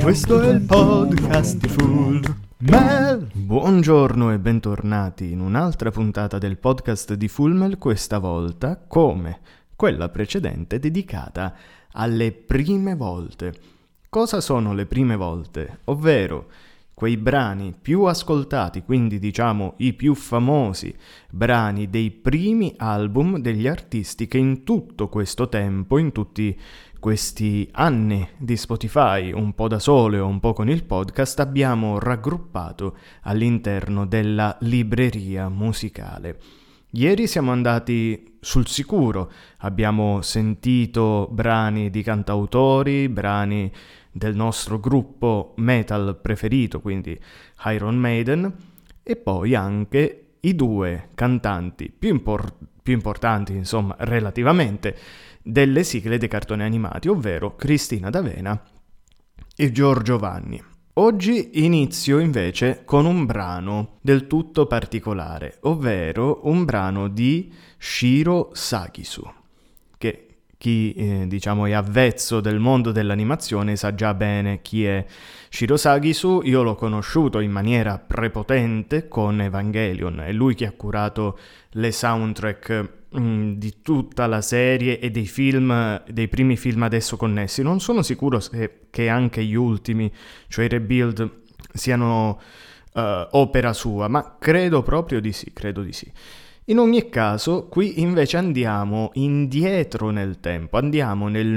Questo è il podcast di Full Mel. Buongiorno e bentornati in un'altra puntata del podcast di Full Mel, questa volta, come quella precedente, dedicata alle prime volte. Cosa sono le prime volte? Ovvero quei brani più ascoltati, quindi diciamo i più famosi brani dei primi album degli artisti che in tutto questo tempo, in tutti questi anni di Spotify, un po' da sole o un po' con il podcast, abbiamo raggruppato all'interno della libreria musicale. Ieri siamo andati sul sicuro, abbiamo sentito brani di cantautori, brani del nostro gruppo metal preferito, quindi Iron Maiden, e poi anche i due cantanti più importanti, insomma, relativamente, delle sigle dei cartoni animati, ovvero Cristina D'Avena e Giorgio Vanni. Oggi inizio invece con un brano del tutto particolare, ovvero un brano di Shiro Sagisu, che chi è avvezzo del mondo dell'animazione sa già bene chi è Shiro Sagisu. Io l'ho conosciuto in maniera prepotente con Evangelion, è lui che ha curato le soundtrack di tutta la serie e dei film, dei primi film adesso connessi. Non sono sicuro che anche gli ultimi, cioè i Rebuild, siano opera sua, ma credo proprio di sì, In ogni caso, qui invece andiamo indietro nel tempo, andiamo nel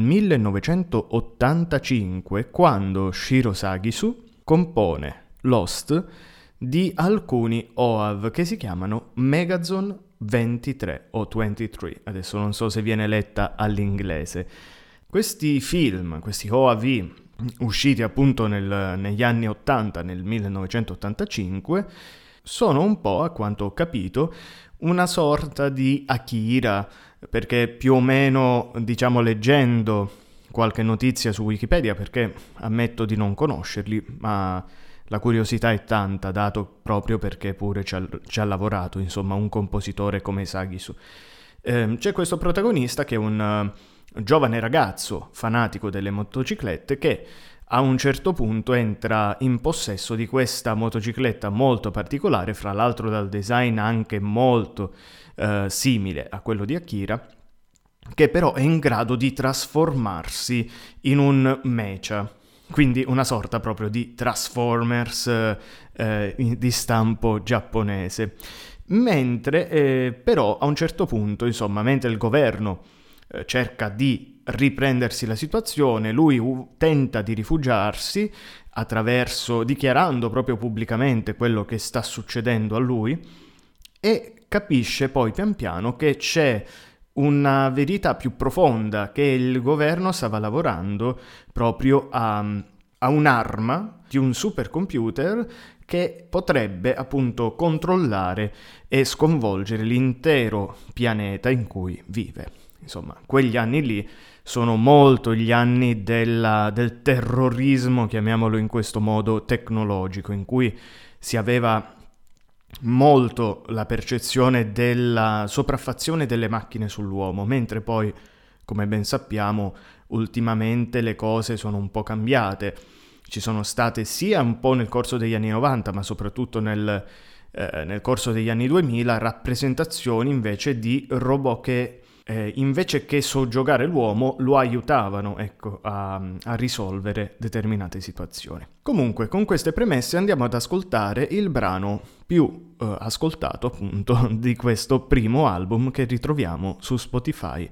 1985, quando Shiro Sagisu compone Lost di alcuni OAV che si chiamano Megazone 23 o 23, adesso non so se viene letta all'inglese. Questi film, questi OAV, usciti appunto negli anni 80, nel 1985, sono un po', a quanto ho capito, una sorta di Akira, perché più o meno, diciamo, leggendo qualche notizia su Wikipedia, perché ammetto di non conoscerli, ma la curiosità è tanta, dato proprio perché pure ci ha lavorato, insomma, un compositore come Sagisu. C'è questo protagonista che è un giovane ragazzo fanatico delle motociclette che a un certo punto entra in possesso di questa motocicletta molto particolare, fra l'altro dal design anche molto simile a quello di Akira, che però è in grado di trasformarsi in un mecha. Quindi una sorta proprio di Transformers di stampo giapponese. Mentre però a un certo punto, insomma, mentre il governo cerca di riprendersi la situazione, lui tenta di rifugiarsi dichiarando proprio pubblicamente quello che sta succedendo a lui, e capisce poi pian piano che c'è una verità più profonda, che il governo stava lavorando proprio a un'arma di un supercomputer che potrebbe appunto controllare e sconvolgere l'intero pianeta in cui vive. Insomma, quegli anni lì sono molto gli anni del terrorismo, chiamiamolo in questo modo, tecnologico, in cui si aveva molto la percezione della sopraffazione delle macchine sull'uomo, mentre poi, come ben sappiamo, ultimamente le cose sono un po' cambiate. Ci sono state sia un po' nel corso degli anni 90, ma soprattutto nel corso degli anni 2000, rappresentazioni invece di robot che invece che soggiogare l'uomo lo aiutavano, ecco, a risolvere determinate situazioni. Comunque, con queste premesse andiamo ad ascoltare il brano più ascoltato appunto di questo primo album che ritroviamo su Spotify.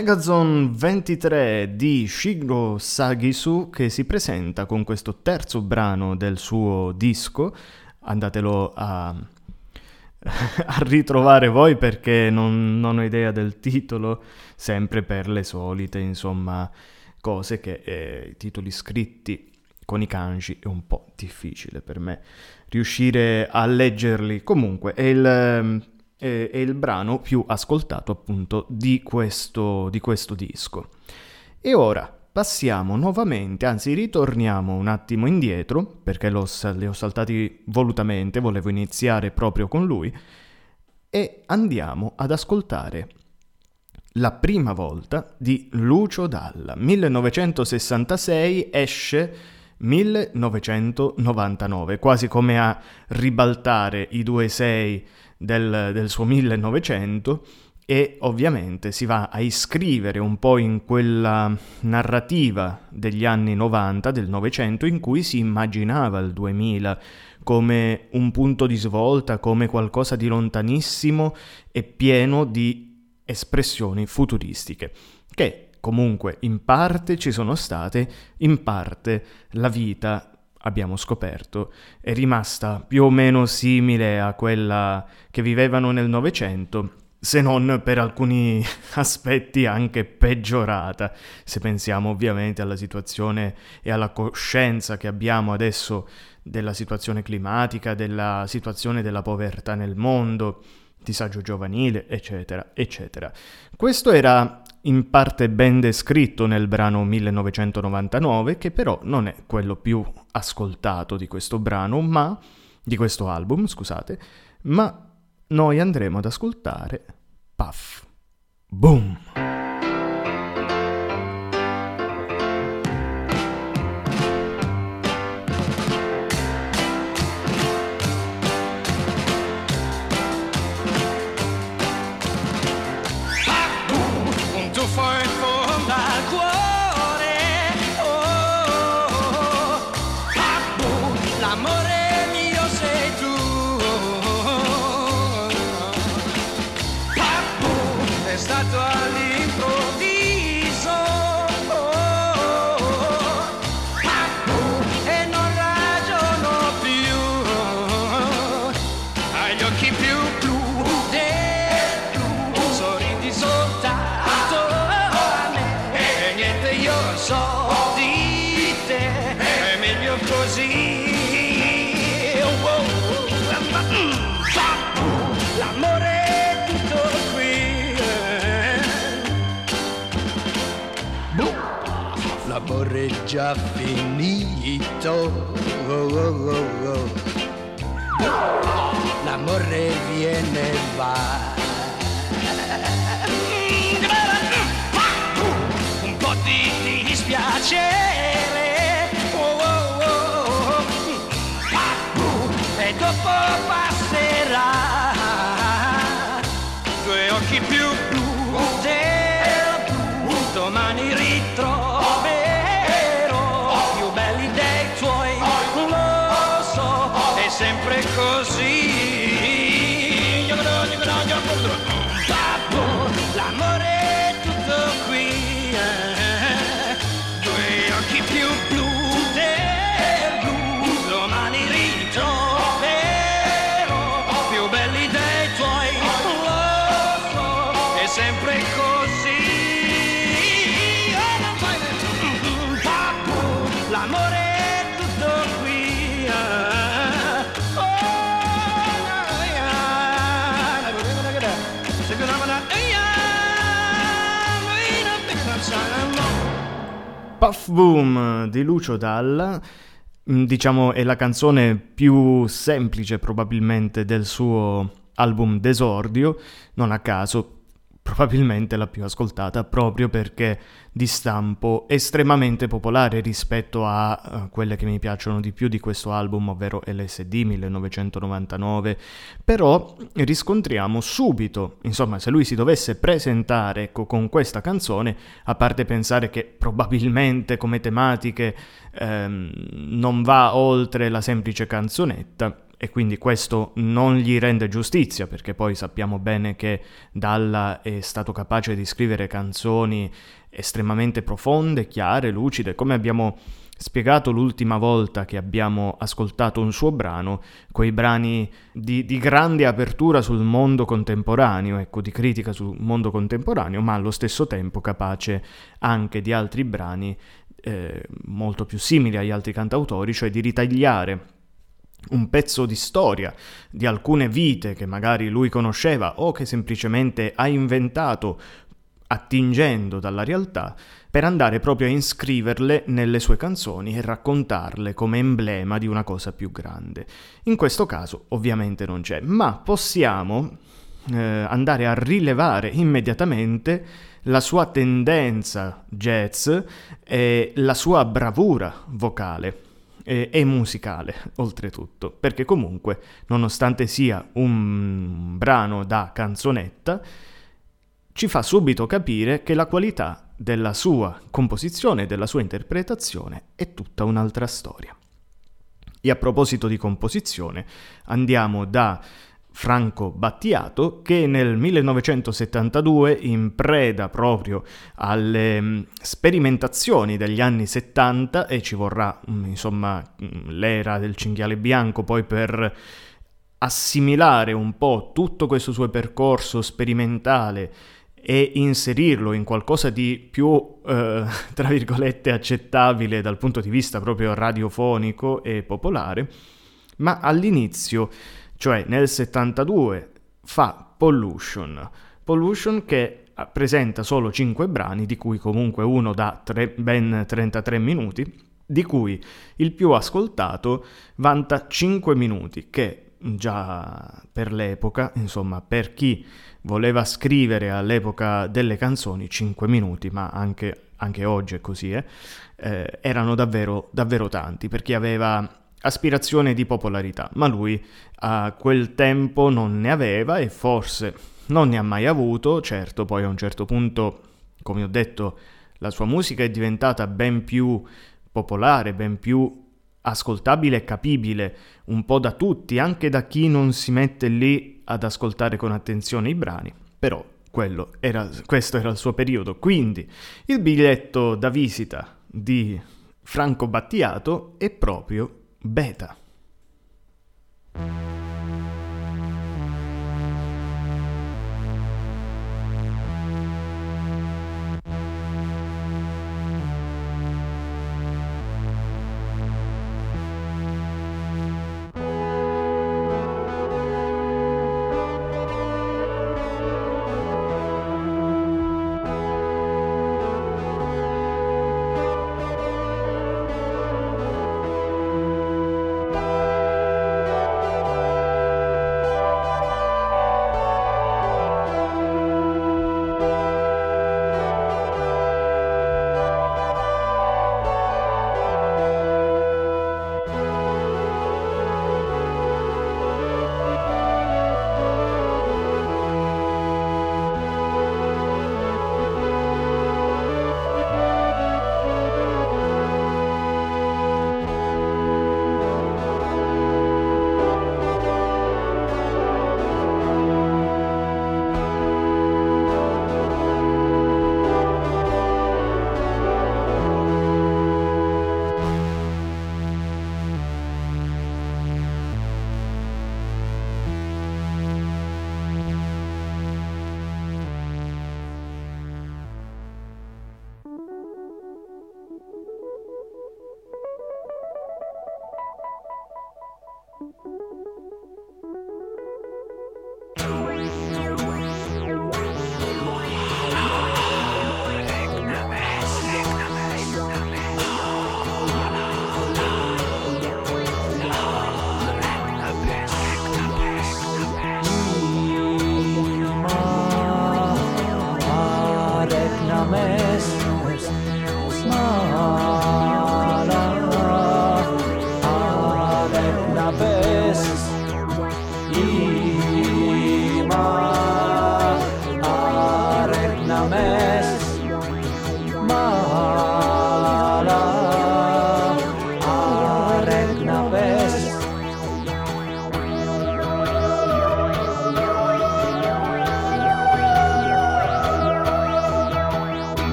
Megazone 23 di Shiro Sagisu, che si presenta con questo terzo brano del suo disco. Andatelo a ritrovare voi, perché non ho idea del titolo, sempre per le solite, insomma, cose che i titoli scritti con i kanji è un po' difficile per me riuscire a leggerli. Comunque è il brano più ascoltato appunto di questo disco. E ora passiamo nuovamente, anzi ritorniamo un attimo indietro, perché li ho saltati volutamente, volevo iniziare proprio con lui, e andiamo ad ascoltare la prima volta di Lucio Dalla. 1966 esce 1999, quasi come a ribaltare i 2-6 del suo 1900, e ovviamente si va a iscrivere un po' in quella narrativa degli anni 90, del Novecento, in cui si immaginava il 2000 come un punto di svolta, come qualcosa di lontanissimo e pieno di espressioni futuristiche, che comunque in parte ci sono state, in parte la vita, abbiamo scoperto, è rimasta più o meno simile a quella che vivevano nel Novecento, se non per alcuni aspetti anche peggiorata, se pensiamo ovviamente alla situazione e alla coscienza che abbiamo adesso della situazione climatica, della situazione della povertà nel mondo, disagio giovanile, eccetera, eccetera. Questo era in parte ben descritto nel brano 1999, che però non è quello più ascoltato di questo brano, di questo album, scusate, ma noi andremo ad ascoltare Puff Boom. L'amore è già finito, l'amore viene e va, un po' di dispiacere, e dopo passerà, due occhi più blu del blu, domani ritroverò più belli dei tuoi, lo so, è sempre così. L'amore è tutto qui, due occhi più blu del blu, domani ritroverò più belli dei tuoi, lo so, è sempre così. L'amore è tutto qui. Puff Boom di Lucio Dalla, diciamo è la canzone più semplice probabilmente del suo album d'esordio, non a caso probabilmente la più ascoltata, proprio perché di stampo estremamente popolare rispetto a quelle che mi piacciono di più di questo album, ovvero LSD 1999, però riscontriamo subito, insomma, se lui si dovesse presentare, ecco, con questa canzone, a parte pensare che probabilmente come tematiche non va oltre la semplice canzonetta, e quindi questo non gli rende giustizia, perché poi sappiamo bene che Dalla è stato capace di scrivere canzoni estremamente profonde, chiare, lucide, come abbiamo spiegato l'ultima volta che abbiamo ascoltato un suo brano, quei brani di grande apertura sul mondo contemporaneo, ecco, di critica sul mondo contemporaneo, ma allo stesso tempo capace anche di altri brani molto più simili agli altri cantautori, cioè di ritagliare un pezzo di storia di alcune vite che magari lui conosceva o che semplicemente ha inventato attingendo dalla realtà, per andare proprio a iscriverle nelle sue canzoni e raccontarle come emblema di una cosa più grande. In questo caso ovviamente non c'è, ma possiamo andare a rilevare immediatamente la sua tendenza jazz e la sua bravura vocale e musicale, oltretutto, perché comunque, nonostante sia un brano da canzonetta, ci fa subito capire che la qualità della sua composizione e della sua interpretazione è tutta un'altra storia. E a proposito di composizione, andiamo da Franco Battiato, che nel 1972, in preda proprio alle sperimentazioni degli anni 70, e ci vorrà insomma l'era del cinghiale bianco poi per assimilare un po' tutto questo suo percorso sperimentale e inserirlo in qualcosa di più, tra virgolette, accettabile dal punto di vista proprio radiofonico e popolare, ma all'inizio, cioè nel 72, fa Pollution che presenta solo 5 brani, di cui comunque uno da ben 33 minuti, di cui il più ascoltato vanta 5 minuti, che già per l'epoca, insomma per chi voleva scrivere all'epoca delle canzoni, 5 minuti, ma anche oggi è così, erano davvero, davvero tanti, per chi aveva aspirazione di popolarità, ma lui a quel tempo non ne aveva e forse non ne ha mai avuto. Certo, poi a un certo punto, come ho detto, la sua musica è diventata ben più popolare, ben più ascoltabile e capibile un po' da tutti, anche da chi non si mette lì ad ascoltare con attenzione i brani, però questo era il suo periodo. Quindi il biglietto da visita di Franco Battiato è proprio Beta.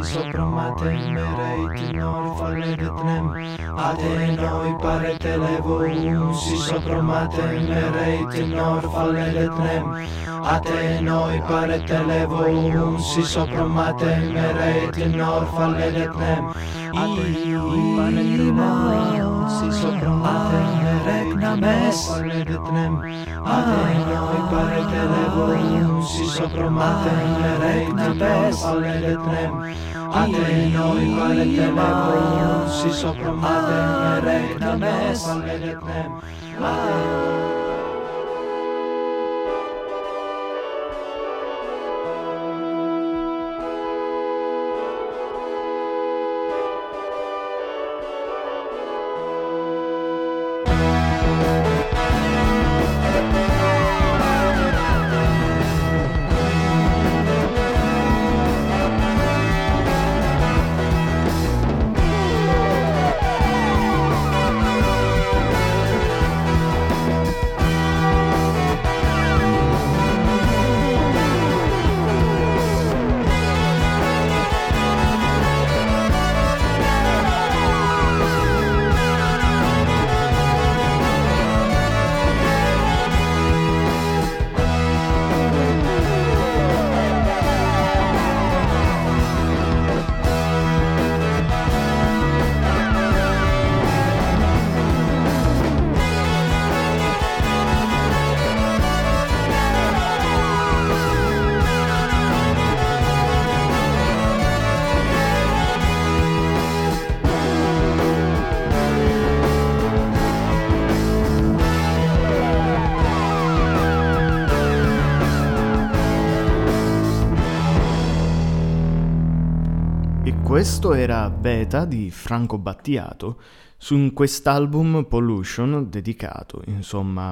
sopramattemereit nor falledetnem ate noi parete levo si sopramattemereit nor falledetnem ate noi parete levo si sopramattemereit nor falledetnem si sopramattemereit names falledetnem ate noi parete levo si sopramattemereit names falledetnem ate noi parete levo si sopramattemereit names falledetnem Questo era Beta di Franco Battiato su quest'album Pollution dedicato, insomma,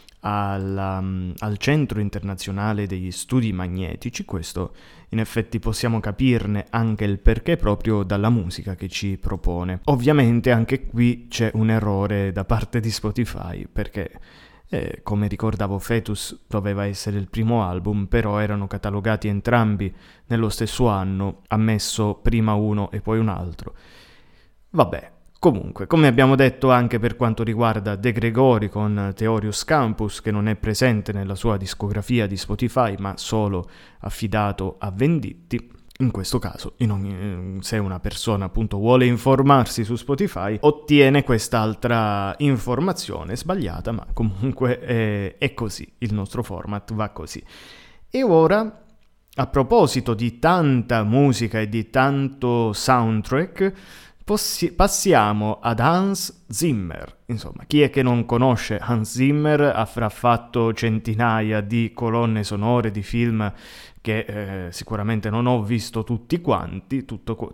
al Centro Internazionale degli Studi Magnetici. Questo in effetti possiamo capirne anche il perché proprio dalla musica che ci propone. Ovviamente anche qui c'è un errore da parte di Spotify, perché come ricordavo Fetus doveva essere il primo album, però erano catalogati entrambi nello stesso anno, ha messo prima uno e poi un altro. Vabbè, comunque, come abbiamo detto anche per quanto riguarda De Gregori con Theorius Campus, che non è presente nella sua discografia di Spotify, ma solo affidato a Venditti. In questo caso, se una persona appunto vuole informarsi su Spotify, ottiene quest'altra informazione sbagliata, ma comunque è così, il nostro format va così. E ora, a proposito di tanta musica e di tanto soundtrack, passiamo ad Hans Zimmer. Insomma, chi è che non conosce Hans Zimmer? Avrà fatto centinaia di colonne sonore di film che sicuramente non ho visto tutti quanti,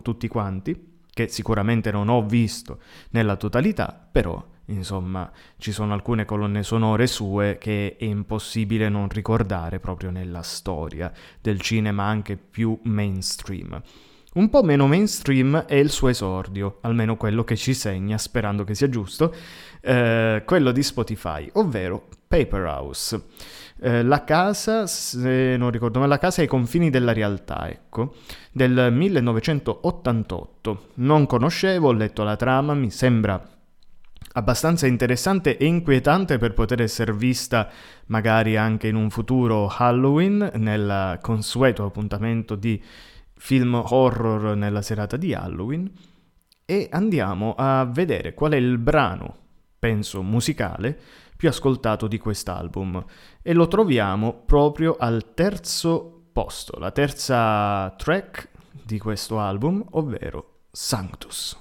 che sicuramente non ho visto nella totalità, però insomma ci sono alcune colonne sonore sue che è impossibile non ricordare proprio nella storia del cinema anche più mainstream. Un po' meno mainstream è il suo esordio, almeno quello che ci segna, sperando che sia giusto, quello di Spotify, ovvero Paper House. La casa, se non ricordo male, la casa ai confini della realtà, ecco, del 1988. Non conoscevo, ho letto la trama, mi sembra abbastanza interessante e inquietante per poter essere vista magari anche in un futuro Halloween, nel consueto appuntamento di film horror nella serata di Halloween. E andiamo a vedere qual è il brano, penso musicale, più ascoltato di quest'album, e lo troviamo proprio al terzo posto, la terza track di questo album, ovvero Sanctus.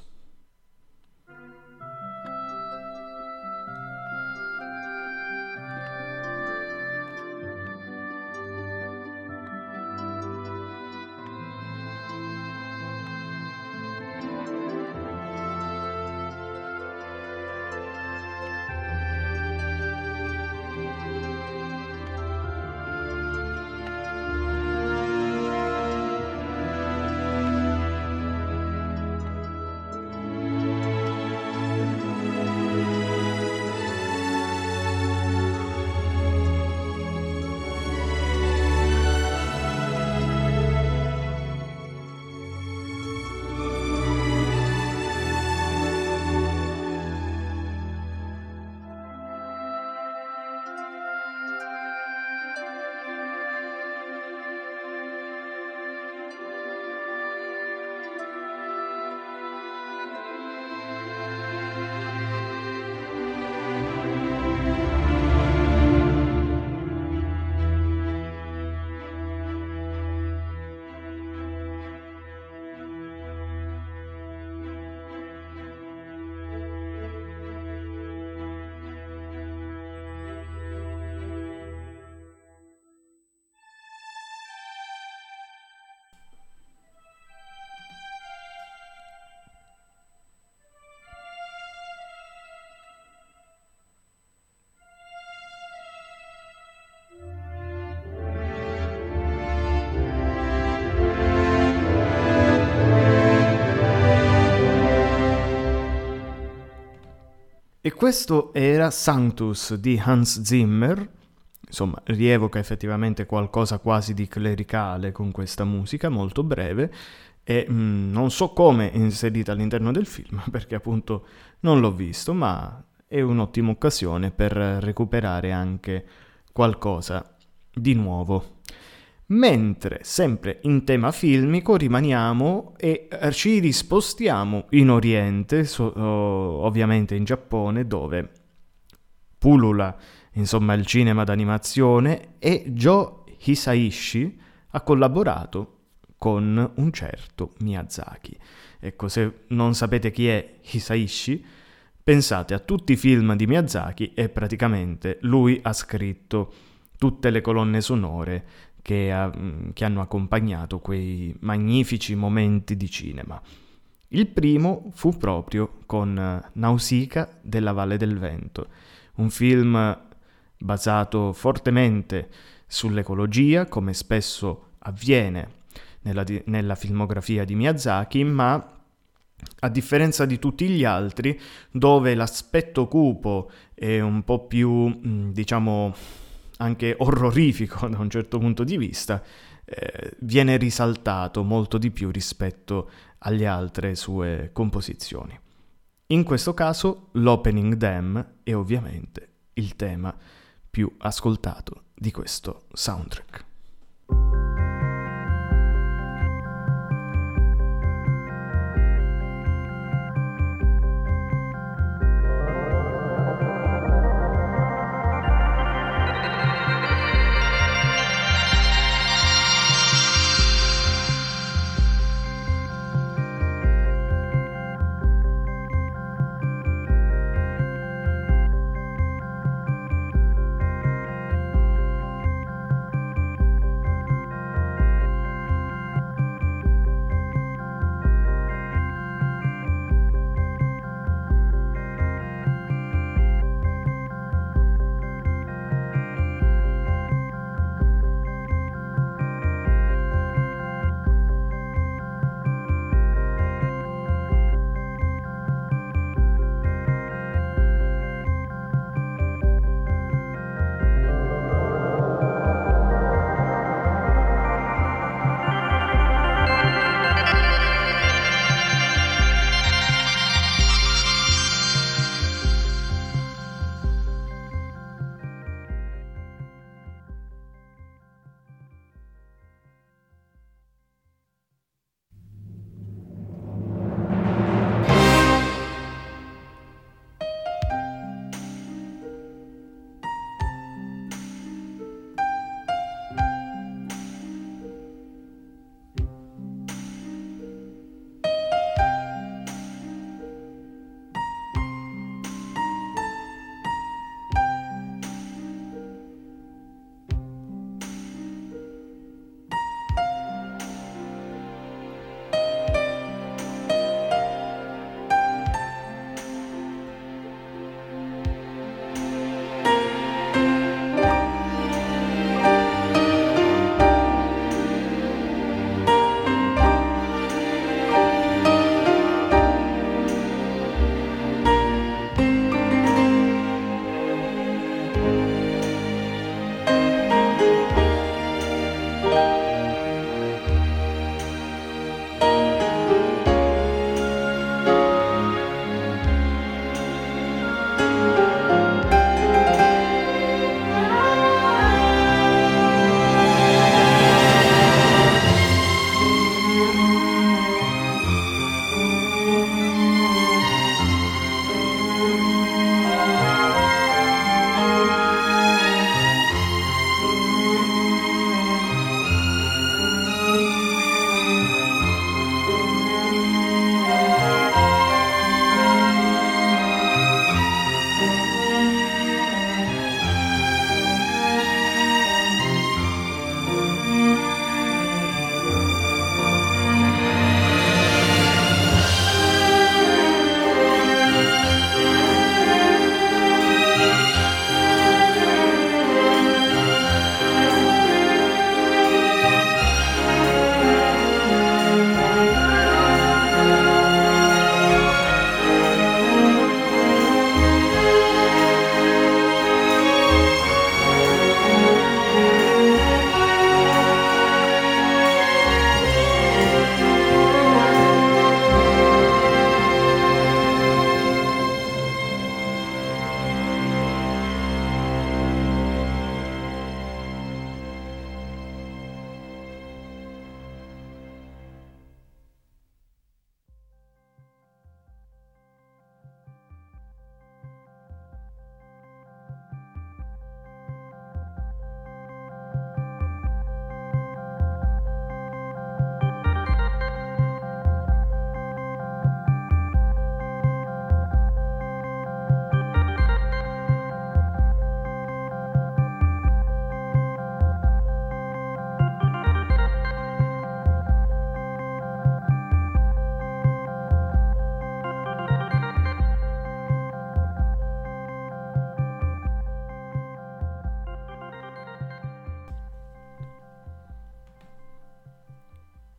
questo era Sanctus di Hans Zimmer. Insomma, rievoca effettivamente qualcosa quasi di clericale con questa musica, molto breve, e non so come è inserita all'interno del film, perché appunto non l'ho visto, ma è un'ottima occasione per recuperare anche qualcosa di nuovo. Mentre, sempre in tema filmico, rimaniamo e ci rispostiamo in Oriente, ovviamente in Giappone, dove pullula insomma il cinema d'animazione, e Joe Hisaishi ha collaborato con un certo Miyazaki. Ecco, se non sapete chi è Hisaishi, pensate a tutti i film di Miyazaki e praticamente lui ha scritto tutte le colonne sonore che hanno accompagnato quei magnifici momenti di cinema. Il primo fu proprio con Nausicaa della Valle del Vento, un film basato fortemente sull'ecologia, come spesso avviene nella filmografia di Miyazaki, ma a differenza di tutti gli altri, dove l'aspetto cupo è un po' più, diciamo, anche orrorifico da un certo punto di vista, viene risaltato molto di più rispetto alle altre sue composizioni. In questo caso l'opening theme è ovviamente il tema più ascoltato di questo soundtrack.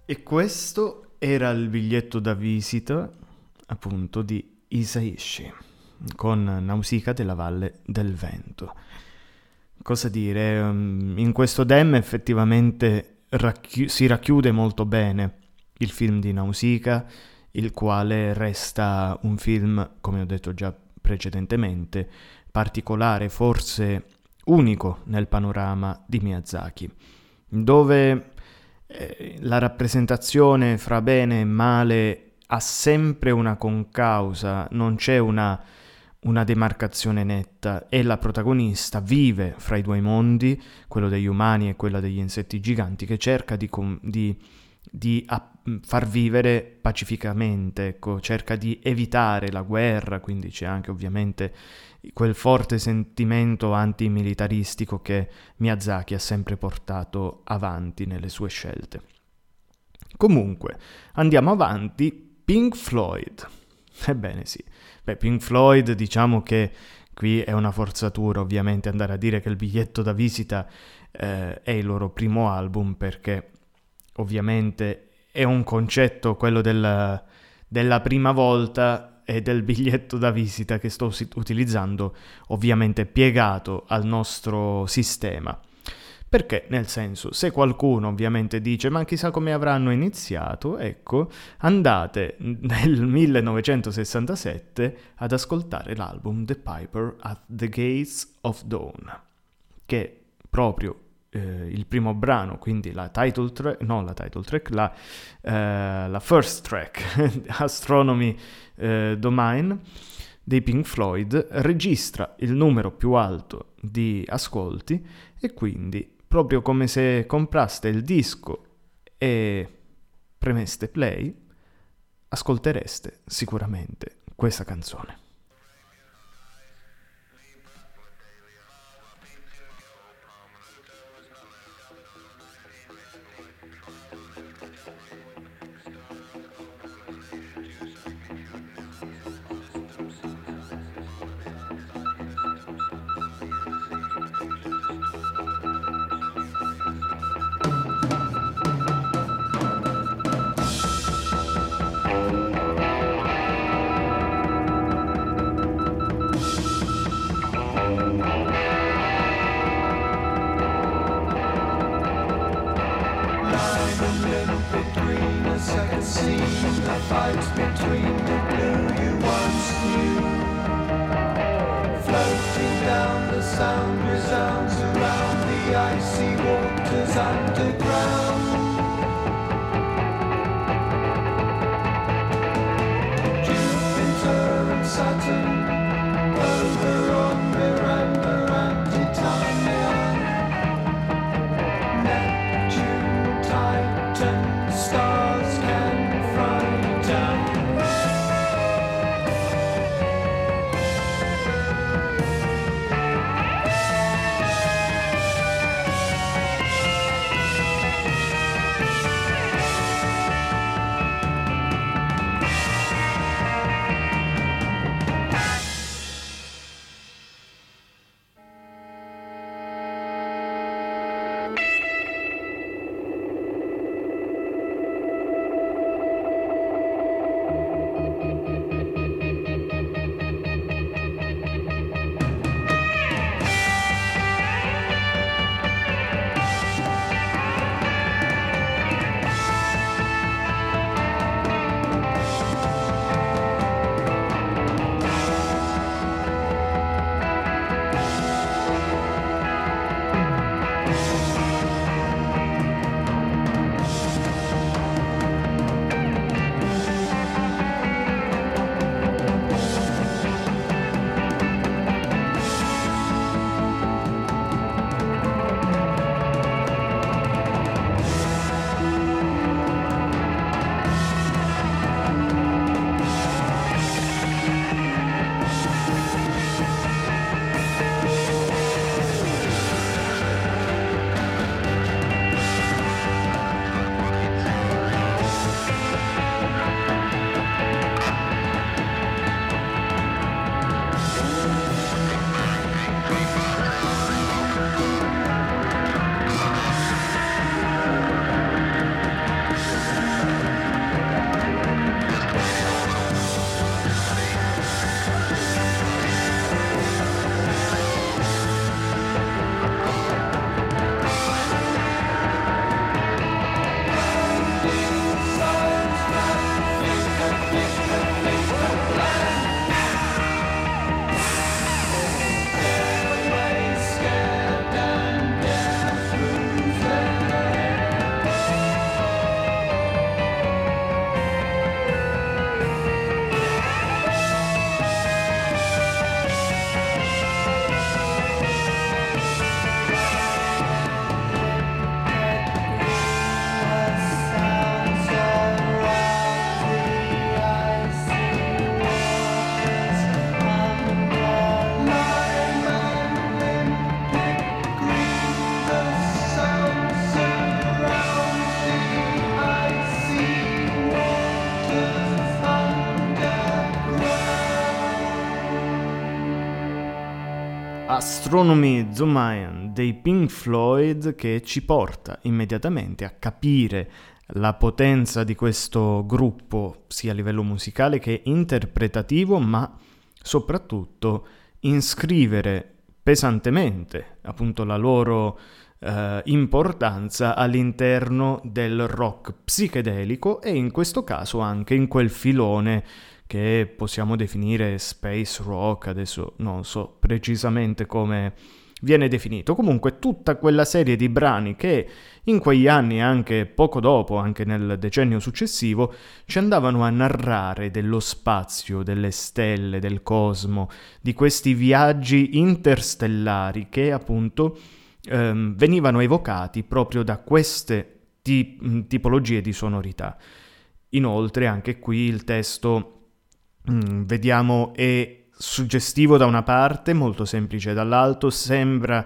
E questo era il biglietto da visita, appunto, di Hisaishi, con Nausicaa della Valle del Vento. Cosa dire? In questo DEM effettivamente si racchiude molto bene il film di Nausicaa, il quale resta un film, come ho detto già precedentemente, particolare, forse unico nel panorama di Miyazaki, dove la rappresentazione fra bene e male ha sempre una concausa, non c'è una demarcazione netta, e la protagonista vive fra i due mondi, quello degli umani e quello degli insetti giganti, che cerca di far vivere pacificamente, ecco, cerca di evitare la guerra, quindi c'è anche ovviamente quel forte sentimento antimilitaristico che Miyazaki ha sempre portato avanti nelle sue scelte. Comunque, andiamo avanti. Pink Floyd. Ebbene sì, Pink Floyd, diciamo che qui è una forzatura ovviamente andare a dire che il biglietto da visita è il loro primo album, perché ovviamente è un concetto, quello della prima volta e del biglietto da visita che sto utilizzando, ovviamente piegato al nostro sistema. Perché, nel senso, se qualcuno ovviamente dice ma chissà come avranno iniziato, ecco, andate nel 1967 ad ascoltare l'album The Piper at the Gates of Dawn, che proprio il primo brano, quindi la first track, Astronomy Domain dei Pink Floyd, registra il numero più alto di ascolti, e quindi proprio come se compraste il disco e premeste play, ascoltereste sicuramente questa canzone. Astronomy the Mind dei Pink Floyd, che ci porta immediatamente a capire la potenza di questo gruppo sia a livello musicale che interpretativo, ma soprattutto inscrivere pesantemente appunto la loro importanza all'interno del rock psichedelico e in questo caso anche in quel filone che possiamo definire space rock. Adesso non so precisamente come viene definito, comunque tutta quella serie di brani che in quegli anni, anche poco dopo, anche nel decennio successivo, ci andavano a narrare dello spazio, delle stelle, del cosmo, di questi viaggi interstellari che appunto venivano evocati proprio da queste tipologie di sonorità. Inoltre anche qui il testo vediamo è suggestivo da una parte, molto semplice dall'altro, sembra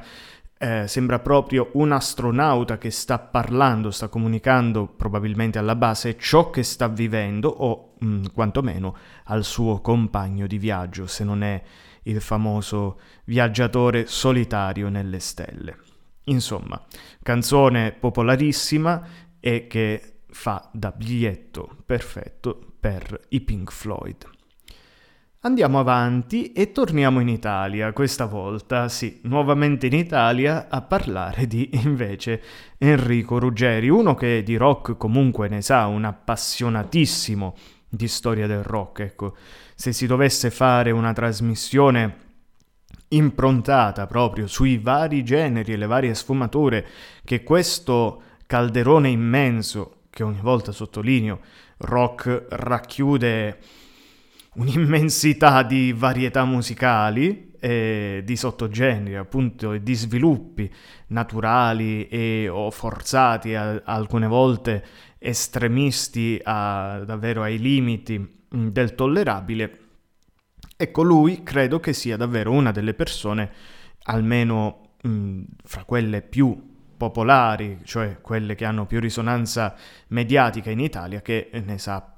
proprio un astronauta che sta parlando, sta comunicando probabilmente alla base ciò che sta vivendo o quantomeno al suo compagno di viaggio, se non è il famoso viaggiatore solitario nelle stelle. Insomma, canzone popolarissima e che fa da biglietto perfetto per i Pink Floyd. Andiamo avanti e torniamo in Italia, questa volta, sì, nuovamente in Italia, a parlare di, invece, Enrico Ruggeri, uno che di rock comunque ne sa, un appassionatissimo di storia del rock, ecco. Se si dovesse fare una trasmissione improntata proprio sui vari generi e le varie sfumature che questo calderone immenso, che ogni volta sottolineo, rock racchiude un'immensità di varietà musicali e di sottogeneri, appunto, e di sviluppi naturali o forzati, alcune volte estremisti davvero ai limiti del tollerabile. Ecco, lui credo che sia davvero una delle persone, almeno fra quelle più popolari, cioè quelle che hanno più risonanza mediatica in Italia, che ne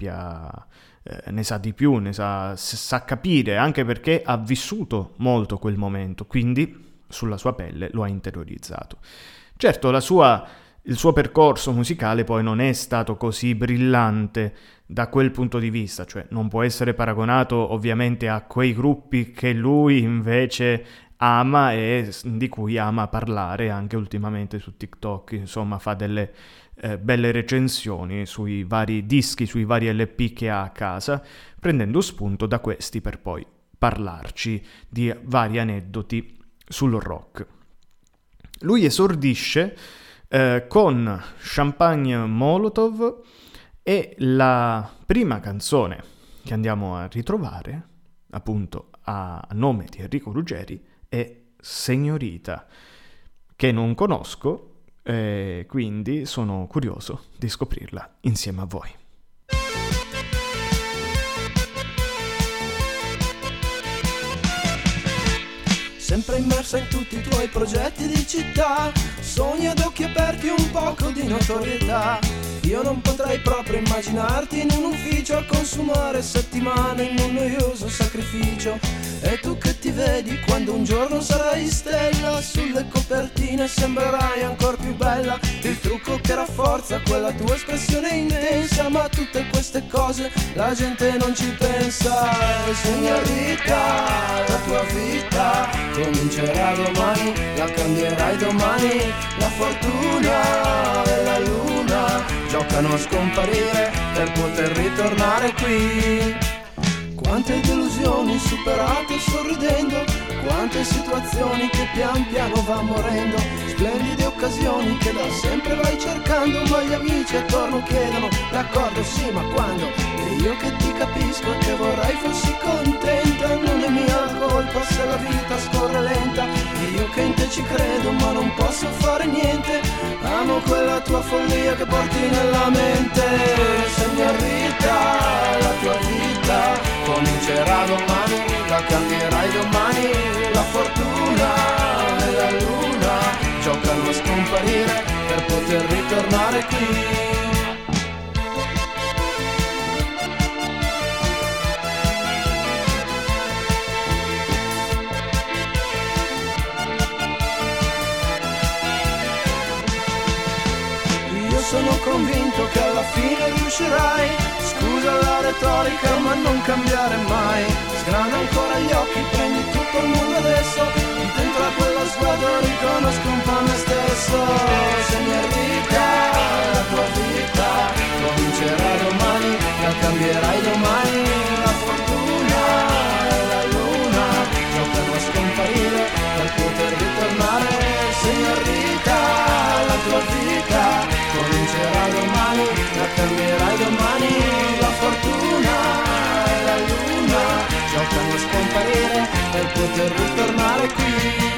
sa di più, sa capire, anche perché ha vissuto molto quel momento, quindi sulla sua pelle lo ha interiorizzato. Certo, il suo percorso musicale poi non è stato così brillante da quel punto di vista, cioè non può essere paragonato ovviamente a quei gruppi che lui invece ama e di cui ama parlare anche ultimamente su TikTok, insomma fa delle belle recensioni sui vari dischi, sui vari LP che ha a casa, prendendo spunto da questi per poi parlarci di vari aneddoti sul rock. Lui esordisce con Champagne Molotov e la prima canzone che andiamo a ritrovare, appunto a nome di Enrico Ruggeri, è Signorita, che non conosco, quindi sono curioso di scoprirla insieme a voi. Sempre immersa in tutti i tuoi progetti di città, sogni ad occhi aperti un poco di notorietà. Io non potrei proprio immaginarti in un ufficio a consumare settimane in un noioso sacrificio. E tu che ti vedi quando un giorno sarai stella, sulle copertine sembrerai ancor più bella. Il trucco che rafforza quella tua espressione intensa, ma tutte queste cose la gente non ci pensa. Signorita, la tua vita comincerà domani, la cambierai domani. La fortuna e la luna giocano a scomparire per poter ritornare qui. Quante delusioni superate sorridendo, quante situazioni che pian piano van morendo, splendide occasioni che da sempre vai cercando, ma gli amici attorno chiedono d'accordo sì ma quando? E io che ti capisco e che vorrei fossi contenta, non è mia colpa se la vita scorre lenta, e io che in te ci credo ma non posso fare niente, amo quella tua follia che porti nella mente. Signorita, la tua vita comincerà domani, la cambierai domani. La fortuna e la luna giocano a scomparire per poter ritornare qui. sono convinto che alla fine riuscirai. Scusa la retorica ma non cambiare mai. Sgrana ancora gli occhi, prendi tutto il mondo adesso. Dentro a quello sguardo riconosco un po' me stesso. Signorita, la tua vita comincerà domani, la cambierai domani. La fortuna e la luna giocano a scomparire per poter ritornare. Signorita, la tua vita comincerà domani, la cambierai domani. La fortuna e la luna giocano a scomparire per poter ritornare qui.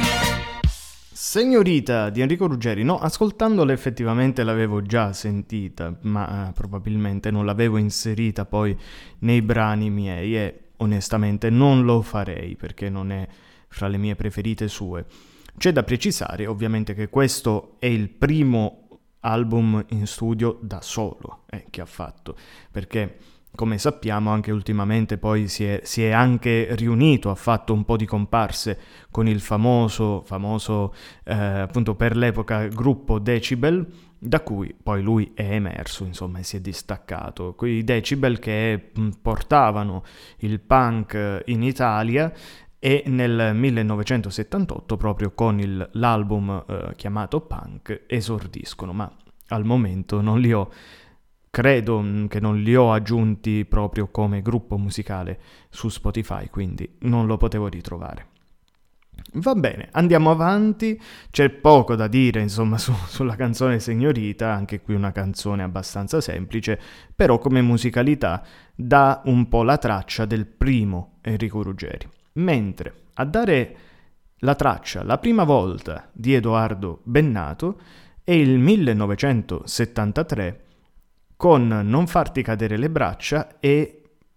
Signorita di Enrico Ruggeri, no, ascoltandola effettivamente l'avevo già sentita, ma probabilmente non l'avevo inserita poi nei brani miei e onestamente non lo farei perché non è fra le mie preferite sue. C'è da precisare ovviamente che questo è il primo album in studio da solo che ha fatto, perché come sappiamo anche ultimamente poi si è anche riunito, ha fatto un po' di comparse con il famoso appunto per l'epoca gruppo Decibel, da cui poi lui è emerso, insomma, e si è distaccato. Quei Decibel che portavano il punk in Italia e nel 1978 proprio con l'album chiamato Punk esordiscono, ma al momento credo che non li ho aggiunti proprio come gruppo musicale su Spotify, quindi non lo potevo ritrovare. Va bene, andiamo avanti, c'è poco da dire insomma sulla canzone Signorita, anche qui una canzone abbastanza semplice, però come musicalità dà un po' la traccia del primo Enrico Ruggeri, mentre a dare la traccia la prima volta di Edoardo Bennato è il 1973 con Non farti cadere le braccia e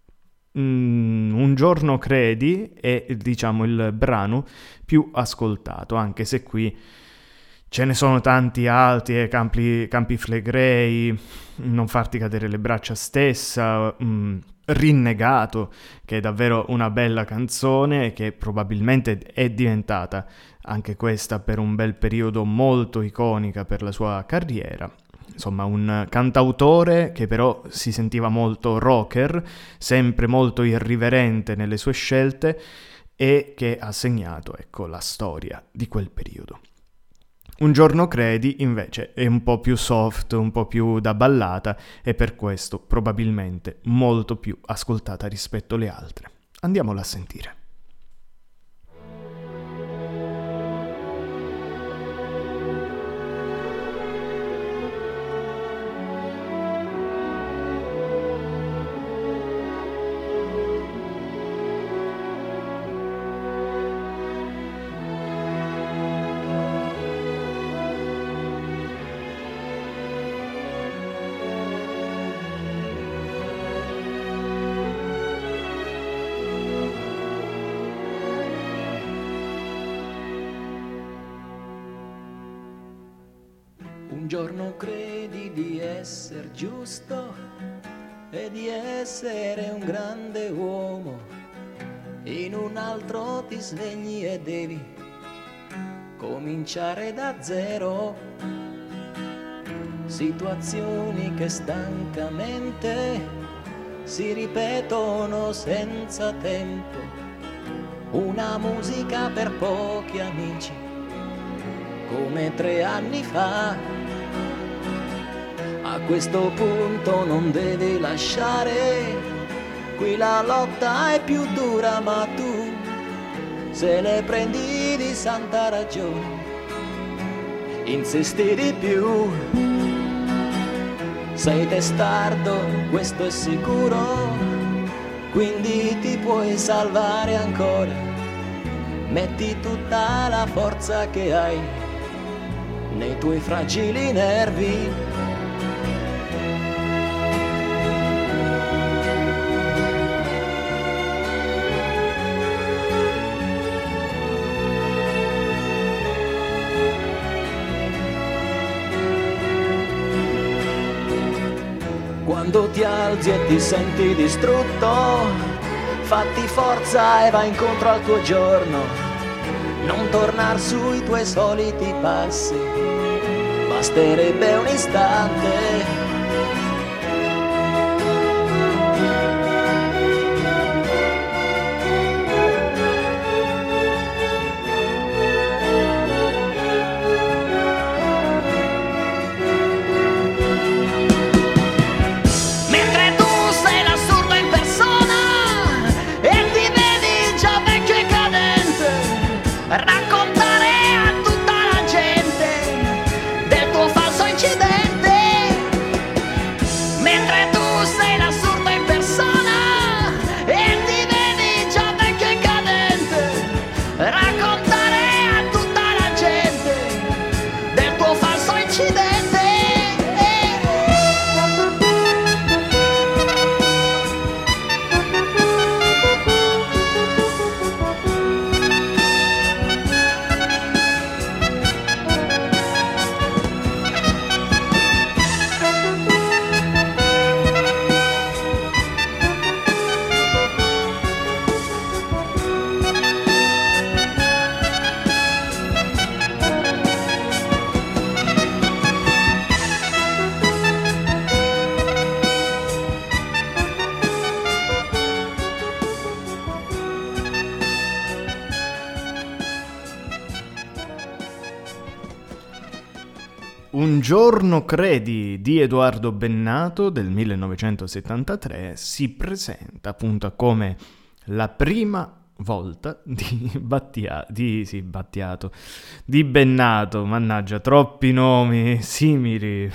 Un giorno credi è diciamo il brano più ascoltato, anche se qui ce ne sono tanti altri, Campi Flegrei, Non farti cadere le braccia stessa, Rinnegato, che è davvero una bella canzone che probabilmente è diventata anche questa per un bel periodo molto iconica per la sua carriera. Insomma, un cantautore che però si sentiva molto rocker, sempre molto irriverente nelle sue scelte e che ha segnato, ecco, la storia di quel periodo. Un giorno credi, invece, è un po' più soft, un po' più da ballata e per questo probabilmente molto più ascoltata rispetto alle altre. Andiamola a sentire. Un giorno credi di essere giusto e di essere un grande uomo, in un altro ti svegli e devi cominciare da zero. Situazioni che stancamente si ripetono senza tempo, una musica per pochi amici come 3 anni fa. A questo punto non devi lasciare, qui la lotta è più dura, ma tu se ne prendi di santa ragione, insisti di più. Sei testardo, questo è sicuro, quindi ti puoi salvare ancora. Metti tutta la forza che hai nei tuoi fragili nervi. Quando ti alzi e ti senti distrutto, fatti forza e vai incontro al tuo giorno. Non tornar sui tuoi soliti passi, basterebbe un istante. Un giorno credi di Edoardo Bennato del 1973 si presenta appunto come la prima volta di Bennato, mannaggia, troppi nomi simili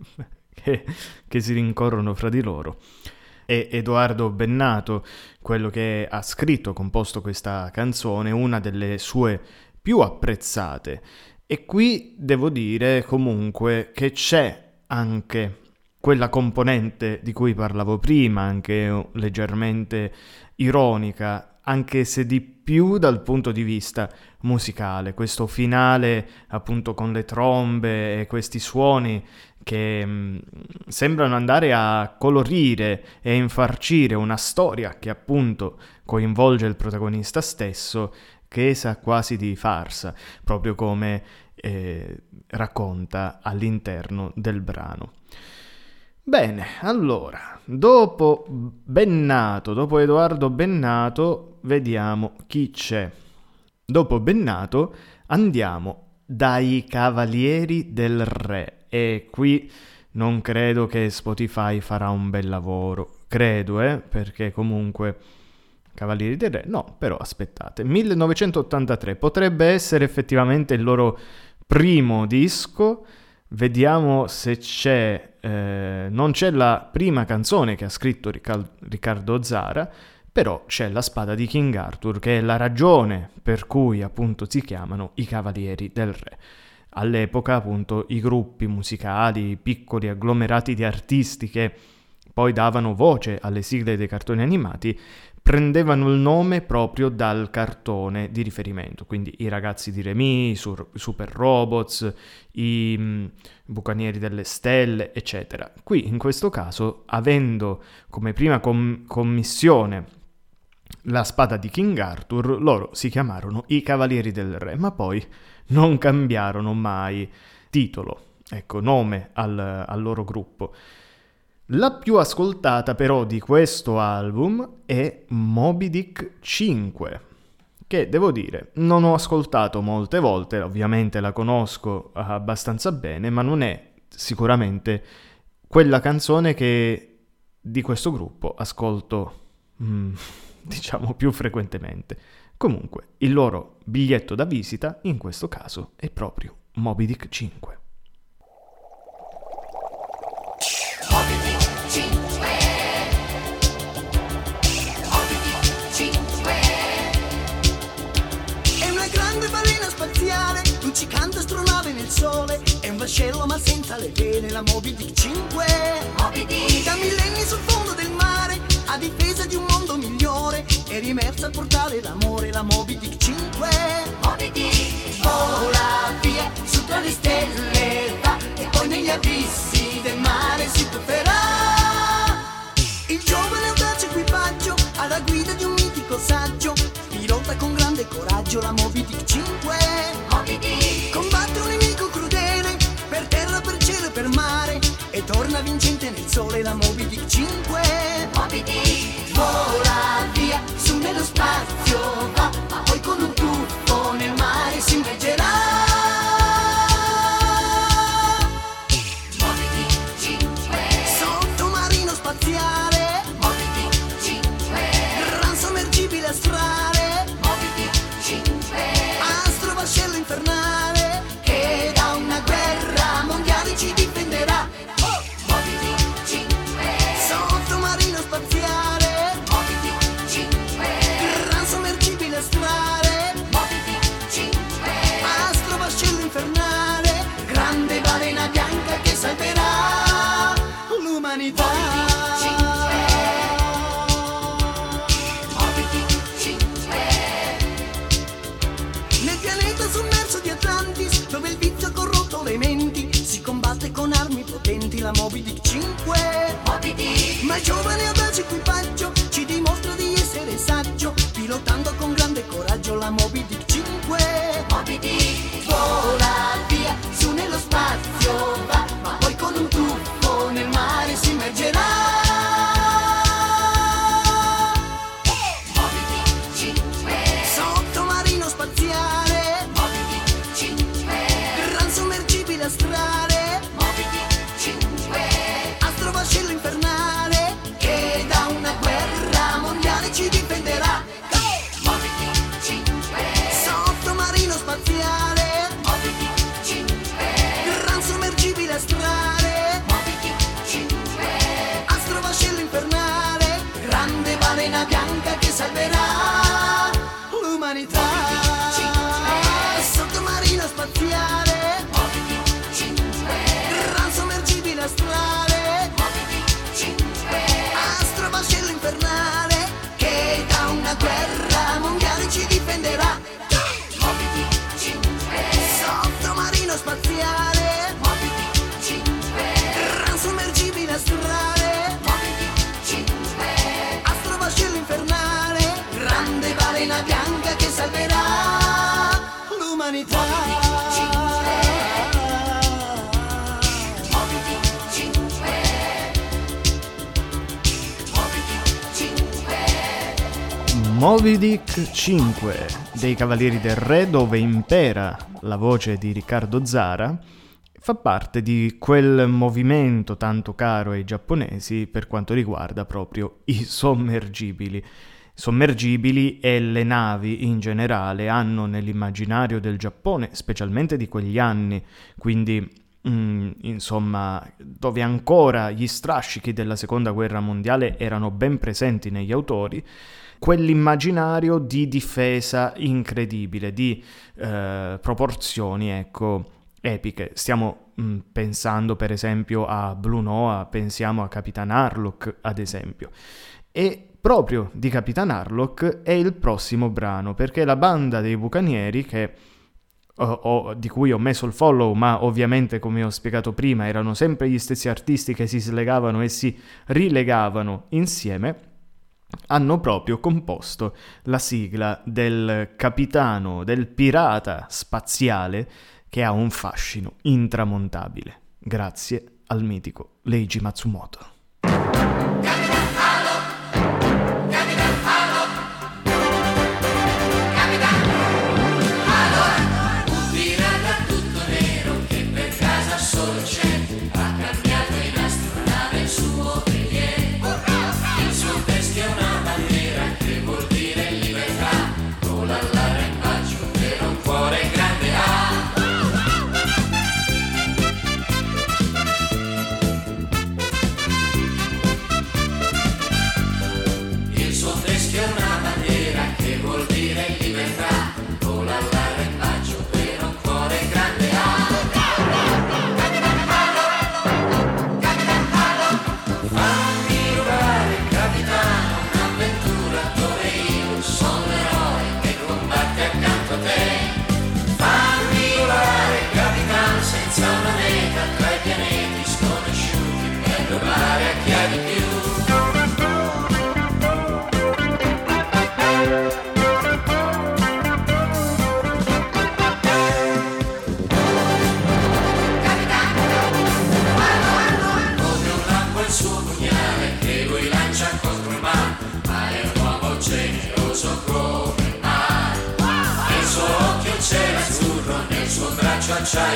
che si rincorrono fra di loro. E Edoardo Bennato, quello che ha scritto, composto questa canzone, una delle sue più apprezzate. E qui devo dire comunque che c'è anche quella componente di cui parlavo prima, anche leggermente ironica, anche se di più dal punto di vista musicale. Questo finale appunto con le trombe e questi suoni che sembrano andare a colorire e infarcire una storia che appunto coinvolge il protagonista stesso, che sa quasi di farsa, proprio come racconta all'interno del brano. Bene, allora, dopo Edoardo Bennato, vediamo chi c'è. Dopo Bennato andiamo dai Cavalieri del Re, e qui non credo che Spotify farà un bel lavoro, credo, perché comunque Cavalieri del Re, no, però aspettate, 1983 potrebbe essere effettivamente il loro primo disco. Vediamo se c'è, non c'è la prima canzone che ha scritto Riccardo Zara, però c'è La spada di King Arthur, che è la ragione per cui appunto si chiamano i Cavalieri del Re. All'epoca appunto i gruppi musicali, piccoli agglomerati di artisti che poi davano voce alle sigle dei cartoni animati, prendevano il nome proprio dal cartone di riferimento, quindi i Ragazzi di Remy, i Super Robots, i Bucanieri delle Stelle, eccetera. Qui in questo caso, avendo come prima commissione La spada di King Arthur, loro si chiamarono i Cavalieri del Re, ma poi non cambiarono mai titolo, nome al loro gruppo. La più ascoltata però di questo album è Moby Dick 5, che devo dire non ho ascoltato molte volte, ovviamente la conosco abbastanza bene, ma non è sicuramente quella canzone che di questo gruppo ascolto diciamo più frequentemente. Comunque il loro biglietto da visita in questo caso è proprio Moby Dick 5. Luccicante astronave nel sole, è un vascello ma senza le vene, la Moby Dick 5. Moby Dick. Da millenni sul fondo del mare, a difesa di un mondo migliore, è rimersa a portare l'amore, la Moby Dick 5. Moby Dick. Vola via, su tra le stelle va, e poi negli abissi del mare si tufferà. Il giovane audace equipaggio, alla guida di un mitico saggio, pilota con grande coraggio la Moby Dick 5. Moby Dick. Combatte un nemico crudele, per terra donna vincente nel sole, la Moby Dick 5. Moby Dick vola via su nello spazio, va, ma poi con un tuffo nel mare si immergerà. Moby Dick 5 sottomarino spaziale, Moby Dick 5 gran sommergibile astrale, Moby Dick 5 astrovascello infernale che da una guerra mondiale ci difenderà. Moby Dick 5 sottomarino spaziale, Moby Dick 5 gran sommergibile astrale, Moby Dick 5 astrovascello infernale, grande balena bianca che salverà l'umanità. Moby Dick 5 nel pianeta sommerso di Atlantis, dove il vizio ha corrotto le menti, si combatte con armi potenti la Moby Dick 5. Moby Dick, ma il giovane e audace equipaggio ci dimostra di essere saggio, pilotando con grande coraggio la Moby Dick 5. Moby Dick vola via su nello spazio, va, ma poi con un tuffo nel mare si immergerà. Moby Dick 5 sottomarino spaziale, Moby Dick 5 gran sommergibile astrale, Moby Dick 5 astrovascello infernale che da una guerra mondiale ci difenderà. Moby Dick 5 sottomarino spaziale, Moby Dick 5 gran sommergibile astrale, Moby Dick 5 astrovascello infernale, grande balena bianca che salverà l'umanità. Sottomarino spaziale, Moby Dick 5 gran sommergibile astrale, Moby Dick 5 astrovascello infernale che da una guerra mondiale ci difenderà. Moby Dick 5 sottomarino spaziale, Moby Dick 5 gran sommergibile astrale, Moby Dick 5 astrovascello infernale, grande balena bianca che salverà l'umanità. Moby Dick 5 Moby Dick 5 Moby Dick 5 dei Cavalieri del Re, dove impera la voce di Riccardo Zara, fa parte di quel movimento tanto caro ai giapponesi per quanto riguarda proprio i sommergibili. Sommergibili e le navi in generale hanno nell'immaginario del Giappone, specialmente di quegli anni, quindi insomma, dove ancora gli strascichi della Seconda Guerra Mondiale erano ben presenti negli autori, quell'immaginario di difesa incredibile, di proporzioni, ecco, epiche. Stiamo pensando per esempio a Blue Noah, pensiamo a Capitan Harlock ad esempio. E proprio di Capitan Harlock è il prossimo brano, perché la banda dei bucanieri, di cui ho messo il follow, ma ovviamente come ho spiegato prima erano sempre gli stessi artisti che si slegavano e si rilegavano insieme, hanno proprio composto la sigla del capitano, del pirata spaziale che ha un fascino intramontabile, grazie al mitico Leiji Matsumoto.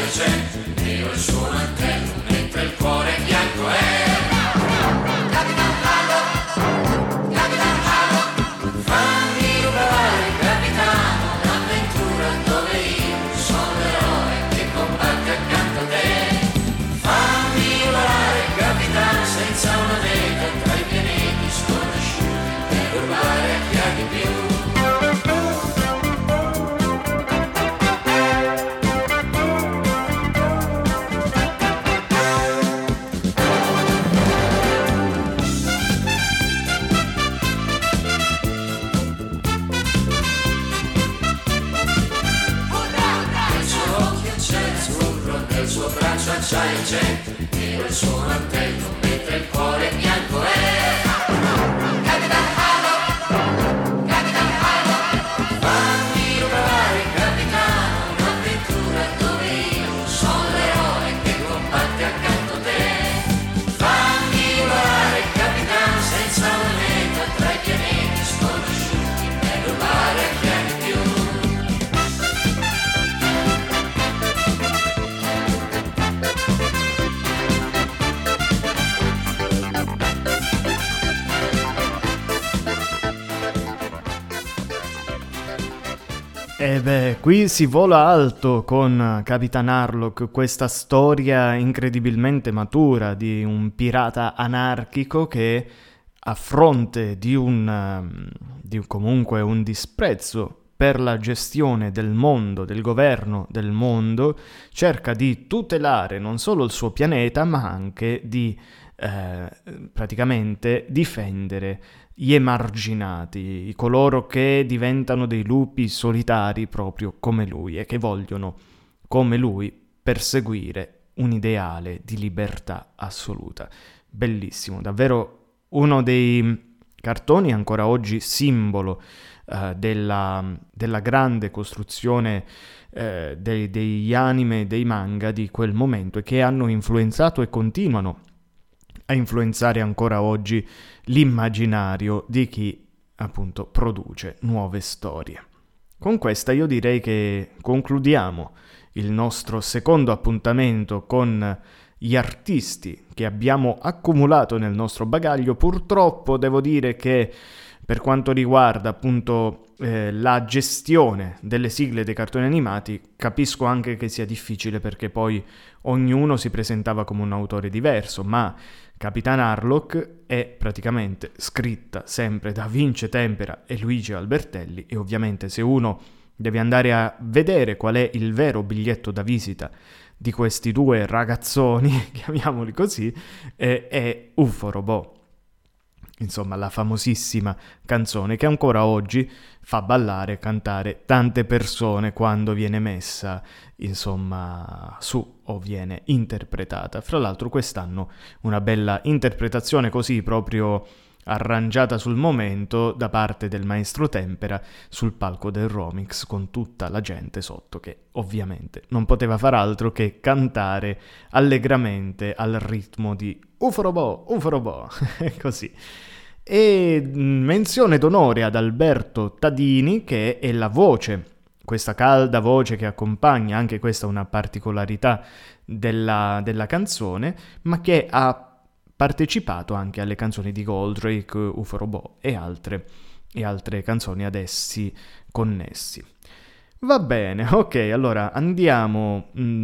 c'è, io il suo mantello, mentre il cuore bianco è. Capitan Harlock, Capitan Harlock, fammi rubare, capitano, un'avventura dove io sono l'eroe che combatte accanto a te. Fammi volare, capitano, senza una meta, tra i pianeti sconosciuti, per rubare a chi ha di più. Acciaio c'è, io il suo mantello, mentre il cuore bianco è. Capitan Harlock, Capitan Harlock, fammi provare, capitano, un'avventura dove io sono l'eroe che combatte accanto a te. Fammi volare, capitano, senza una meta, tra i pianeti sconosciuti, per rubare a chi ha di più. E beh, qui si vola alto con Capitan Harlock, questa storia incredibilmente matura di un pirata anarchico che, a fronte di comunque un disprezzo per la gestione del mondo, del governo del mondo, cerca di tutelare non solo il suo pianeta, ma anche di praticamente difendere gli emarginati, coloro che diventano dei lupi solitari proprio come lui e che vogliono, come lui, perseguire un ideale di libertà assoluta. Bellissimo, davvero uno dei cartoni ancora oggi simbolo della grande costruzione degli anime, dei manga di quel momento, e che hanno influenzato e continuano a influenzare ancora oggi l'immaginario di chi appunto produce nuove storie. Con questa io direi che concludiamo il nostro secondo appuntamento con gli artisti che abbiamo accumulato nel nostro bagaglio. Purtroppo devo dire che per quanto riguarda appunto la gestione delle sigle dei cartoni animati, capisco anche che sia difficile perché poi ognuno si presentava come un autore diverso, ma Capitan Harlock è praticamente scritta sempre da Vince Tempera e Luigi Albertelli, e ovviamente se uno deve andare a vedere qual è il vero biglietto da visita di questi due ragazzoni, chiamiamoli così, è UFO Robot. Insomma, la famosissima canzone che ancora oggi fa ballare e cantare tante persone quando viene messa, insomma, su o viene interpretata. Fra l'altro quest'anno una bella interpretazione così proprio arrangiata sul momento da parte del maestro Tempera sul palco del Romix, con tutta la gente sotto che ovviamente non poteva far altro che cantare allegramente al ritmo di UFO Robot, così. E menzione d'onore ad Alberto Tadini, che è la voce, questa calda voce che accompagna, anche questa una particolarità della canzone, ma che ha partecipato anche alle canzoni di Goldrake, UFO Robot e altre canzoni ad essi connessi. Va bene, ok, allora andiamo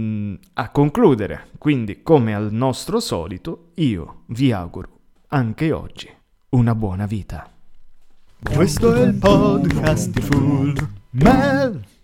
a concludere. Quindi, come al nostro solito, io vi auguro anche oggi una buona vita. Questo è il podcast di Full Metal